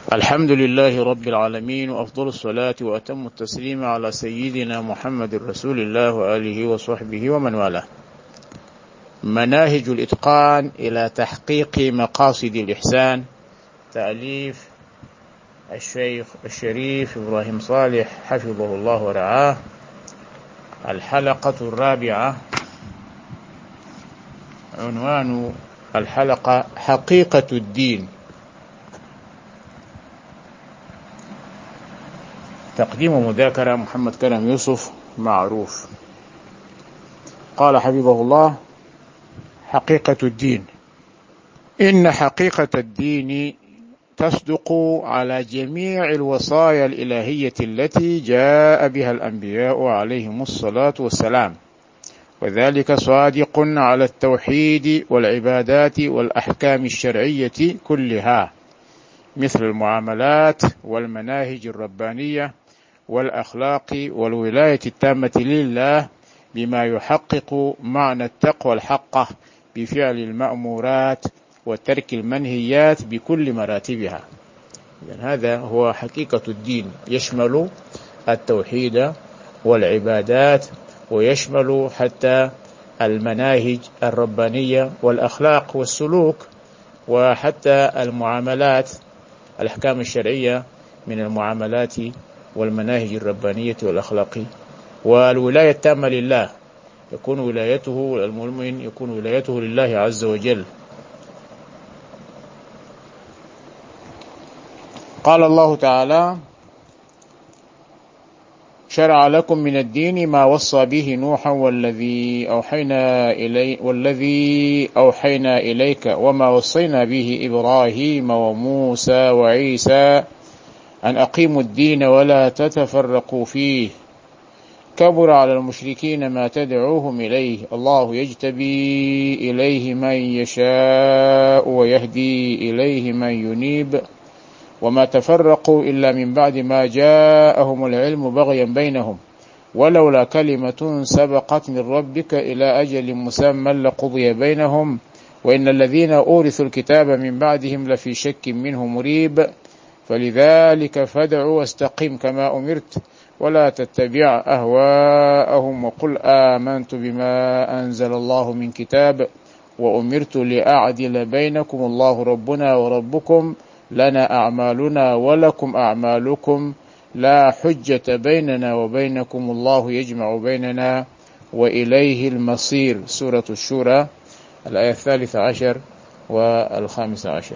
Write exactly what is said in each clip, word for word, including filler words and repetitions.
الحمد لله رب العالمين، وأفضل الصلاة وأتم التسليم على سيدنا محمد رسول الله وآله وصحبه ومن والاه. مناهج الإتقان إلى تحقيق مقاصد الإحسان، تأليف الشيخ الشريف إبراهيم صالح حفظه الله ورعاه. الحلقة الرابعة، عنوان الحلقة حقيقة الدين. تقديم ومذاكرة محمد كرم يوسف معروف. قال حفظه الله: حقيقة الدين. إن حقيقة الدين تصدق على جميع الوصايا الإلهية التي جاء بها الأنبياء عليهم الصلاة والسلام، وذلك صادق على التوحيد والعبادات والأحكام الشرعية كلها، مثل المعاملات والمناهج الربانية والأخلاق والولاية التامة لله، بما يحقق معنى التقوى الحقة بفعل المأمورات وترك المنهيات بكل مراتبها. يعني هذا هو حقيقة الدين، يشمل التوحيد والعبادات، ويشمل حتى المناهج الربانية والأخلاق والسلوك، وحتى المعاملات، الأحكام الشرعية من المعاملات والمناهج الربانية والأخلاق، والولاية التامة لله، يكون ولايته المؤمن يكون ولايته لله عز وجل. قال الله تعالى: شرع لكم من الدين ما وصى به نوحا والذي أوحينا إلي والذي أوحينا إليك وما وصينا به إبراهيم وموسى وعيسى أن أقيموا الدين ولا تتفرقوا فيه، كبر على المشركين ما تدعوهم إليه، الله يجتبي إليه من يشاء ويهدي إليه من ينيب، وما تفرقوا إلا من بعد ما جاءهم العلم بغيا بينهم، ولولا كلمة سبقت من ربك إلى أجل مسمى لقضي بينهم، وإن الذين أورثوا الكتاب من بعدهم لفي شك منه مريب، فلذلك فادع واستقم كما أمرت ولا تتبع أهواءهم، وقل آمنت بما أنزل الله من كتاب وأمرت لأعدل بينكم الله ربنا وربكم لنا أعمالنا ولكم أعمالكم لا حجة بيننا وبينكم، الله يجمع بيننا وإليه المصير. سورة الشورى، الآية الثالثة عشر والخامسة عشر.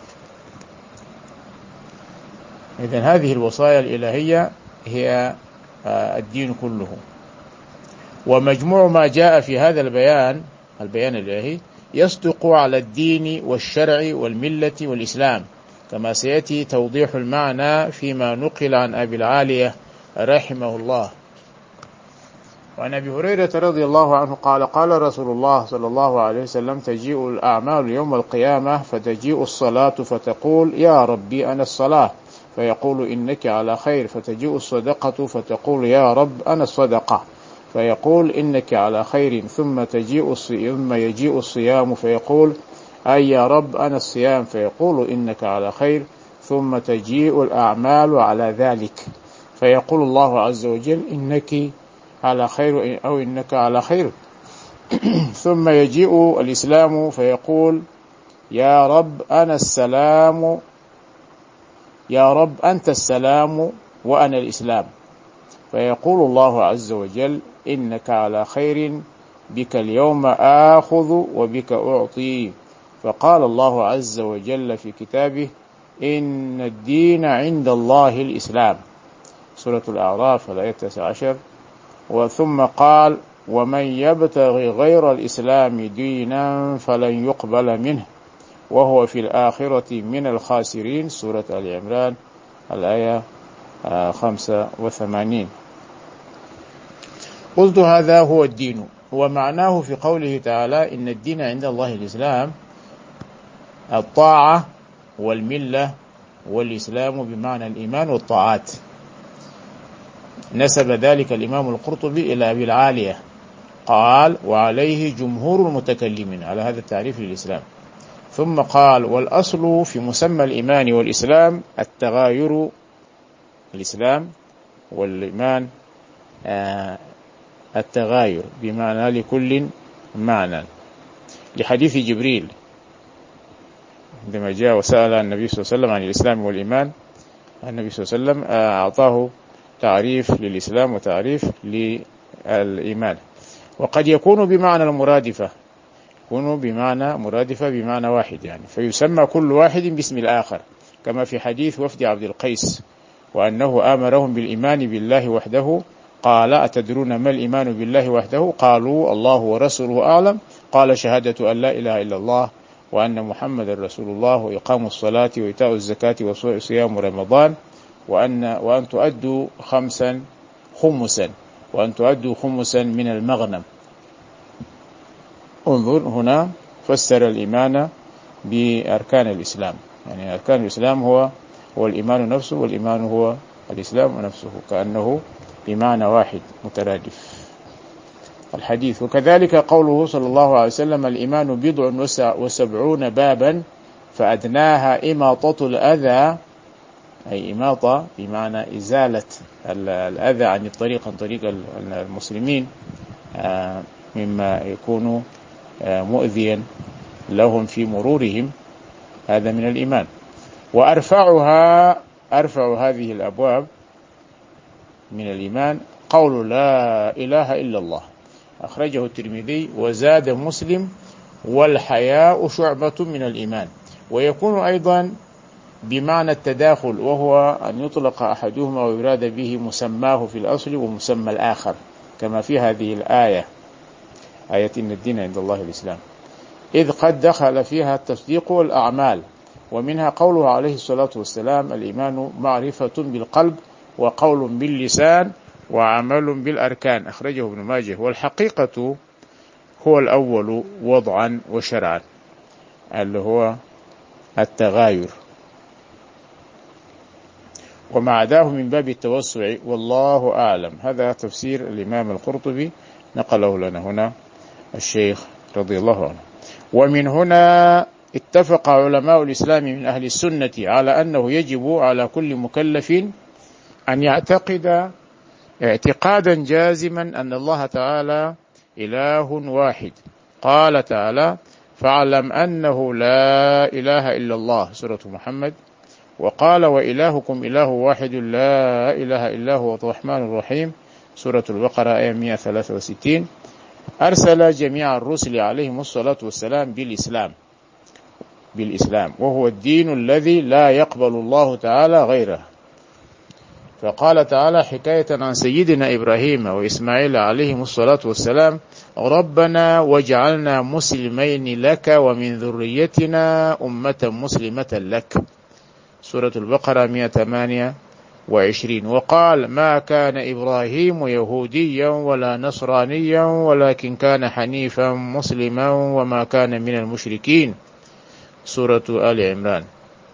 إذن هذه الوصايا الإلهية هي الدين كله، ومجموع ما جاء في هذا البيان البيان الإلهي يصدق على الدين والشرع والملة والإسلام، كما سيأتي توضيح المعنى فيما نقل عن أبي العالية رحمه الله. وعن أبي هريرة رضي الله عنه قال: قال رسول الله صلى الله عليه وسلم: تجيء الأعمال يوم القيامة فتجيء الصلاة فتقول: يا ربي أنا الصلاة، فيقول: إنك على خير، فتجيء الصدقة فتقول: يا رب أنا الصدقة، فيقول: إنك على خير، ثم تجيء ثم يجيء الصيام فيقول: أي يا رب أنا الصيام، فيقول: إنك على خير، ثم تجيء الأعمال على ذلك، فيقول الله عز وجل: إنك على خير أو إنك على خير، ثم يجيء الإسلام فيقول: يا رب أنا السلام، يا رب أنت السلام وأنا الإسلام، فيقول الله عز وجل: إنك على خير، بك اليوم آخذ وبك أعطي، فقال الله عز وجل في كتابه: إن الدين عند الله الإسلام. سورة الأعراف، الآية التاسعة عشر. وثم قال: ومن يبتغي غير الإسلام دينا فلن يقبل منه وهو في الآخرة من الخاسرين. سورة آل عمران، الآية خمسة وثمانين. قلت: هذا هو الدين، ومعناه في قوله تعالى: إن الدين عند الله الإسلام، الطاعة والملة والإسلام بمعنى الإيمان والطاعات. نسب ذلك الإمام القرطبي إلى أبي العالية، قال: وعليه جمهور المتكلمين، على هذا التعريف للإسلام، ثم قال: والأصل في مسمى الإيمان والإسلام التغاير. الإسلام والإيمان آه التغاير بمعنى لكل معنى، لحديث جبريل عندما جاء وسأل النبي صلى الله عليه وسلم عن الإسلام والإيمان، النبي صلى الله عليه وسلم أعطاه تعريف للإسلام وتعريف للإيمان. وقد يكون بمعنى المرادفة، يكون بمعنى مرادفة بمعنى واحد يعني، فيسمى كل واحد باسم الآخر، كما في حديث وفد عبد القيس وأنه آمرهم بالإيمان بالله وحده. قال: أتدرون ما الإيمان بالله وحده؟ قالوا: الله ورسوله أعلم. قال: شهادة أن لا إله إلا الله وأن محمد رسول الله وإقام الصلاة وإيتاء الزكاة وصيام رمضان وأن وأن تؤدوا خمسا خمسا وأن تؤدوا خمسا من المغنم. انظر هنا فسر الإيمان بأركان الإسلام، يعني أركان الإسلام هو هو الإيمان نفسه، والإيمان هو الإسلام نفسه، كأنه بمعنى واحد مترادف الحديث. وكذلك قوله صلى الله عليه وسلم: الإيمان بضع وسبعون بابا فأدناها إماطة الأذى، أي إماطة بمعنى إزالة الأذى عن الطريق، عن طريق المسلمين مما يكون مؤذيا لهم في مرورهم، هذا من الإيمان. وأرفعها أرفع هذه الأبواب من الإيمان قول لا إله إلا الله، أخرجه الترمذي. وزاد مسلم: والحياء شعبة من الإيمان. ويكون أيضا بمعنى التداخل، وهو أن يطلق أحدهما ويراد به مسماه في الأصل ومسمى الآخر، كما في هذه الآية، آية إن الدين عند الله الإسلام، إذ قد دخل فيها التصديق والأعمال. ومنها قوله عليه الصلاة والسلام: الإيمان معرفة بالقلب وقول باللسان وعمل بالأركان، أخرجه ابن ماجه. والحقيقة هو الأول وضعا وشرعا، اللي هو التغاير، وما عداه من باب التوسع، والله أعلم. هذا تفسير الإمام القرطبي نقله لنا هنا الشيخ رضي الله عنه. ومن هنا اتفق علماء الإسلام من أهل السنة على أنه يجب على كل مكلف أن يعتقد اعتقادا جازما أن الله تعالى إله واحد. قال تعالى: فاعلم أنه لا إله إلا الله، سورة محمد. وقال: وإلهكم إله واحد لا إله إلا هو الرحمن الرحيم، سورة البقرة آية مئة وثلاثة وستين. أرسل جميع الرسل عليهم الصلاة والسلام بالإسلام بالإسلام وهو الدين الذي لا يقبل الله تعالى غيره. فقال تعالى حكاية عن سيدنا إبراهيم وإسماعيل عليهم الصلاة والسلام: ربنا واجعلنا مسلمين لك ومن ذريتنا أمة مسلمة لك، سورة البقرة مئة وثمانية وعشرين. وقال: ما كان إبراهيم يهوديا ولا نصرانيا ولكن كان حنيفا مسلما وما كان من المشركين، سورة آل عمران.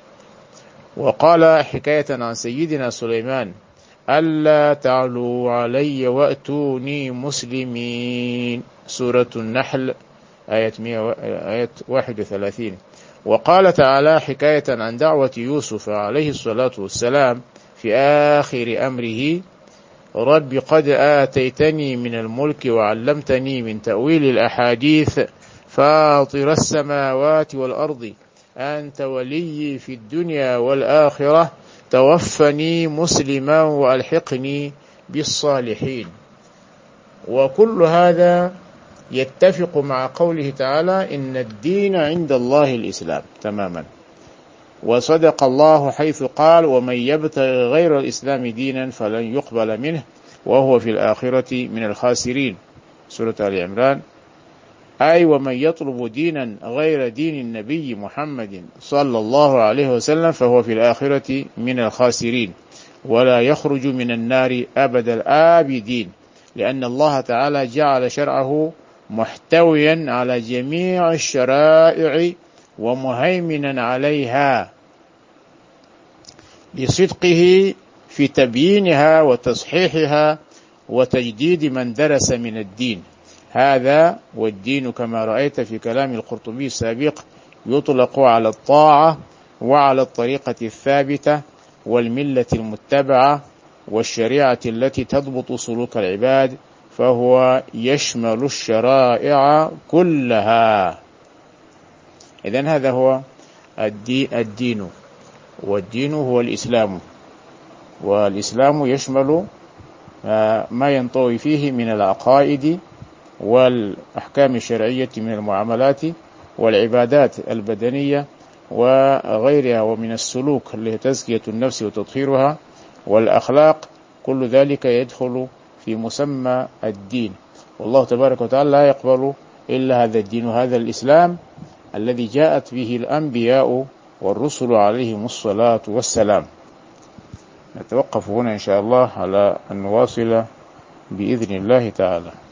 وقال حكاية عن سيدنا سليمان: ألا تعلوا علي وأتوني مسلمين، سورة النحل آية واحد وثلاثين. وقال تعالى حكاية عن دعوة يوسف عليه الصلاة والسلام في آخر أمره: رب قد آتيتني من الملك وعلمتني من تأويل الأحاديث فاطر السماوات والأرض أنت ولي في الدنيا والآخرة توفني مسلما وألحقني بالصالحين. وكل هذا يتفق مع قوله تعالى: إن الدين عند الله الإسلام، تماما. وصدق الله حيث قال: ومن يبتغي غير الإسلام دينا فلن يقبل منه وهو في الآخرة من الخاسرين، سورة آل عمران. أي ومن يطلب دينا غير دين النبي محمد صلى الله عليه وسلم فهو في الآخرة من الخاسرين ولا يخرج من النار أبد الآبدين، لأن الله تعالى جعل شرعه محتويا على جميع الشرائع ومهيمنا عليها لصدقه في تبيينها وتصحيحها وتجديد من درس من الدين. هذا والدين كما رأيت في كلام القرطبي السابق يطلق على الطاعة وعلى الطريقة الثابتة والملة المتبعة والشريعة التي تضبط سلوك العباد، فهو يشمل الشرائع كلها. إذن هذا هو الدين، والدين هو الإسلام، والإسلام يشمل ما ينطوي فيه من العقائد والأحكام الشرعية من المعاملات والعبادات البدنية وغيرها، ومن السلوك اللي هي تزكية النفس وتطهيرها والأخلاق، كل ذلك يدخل في مسمى الدين. والله تبارك وتعالى لا يقبل إلا هذا الدين، وهذا الإسلام الذي جاءت به الأنبياء والرسل عليهم الصلاة والسلام. نتوقف هنا إن شاء الله على أن نواصل بإذن الله تعالى.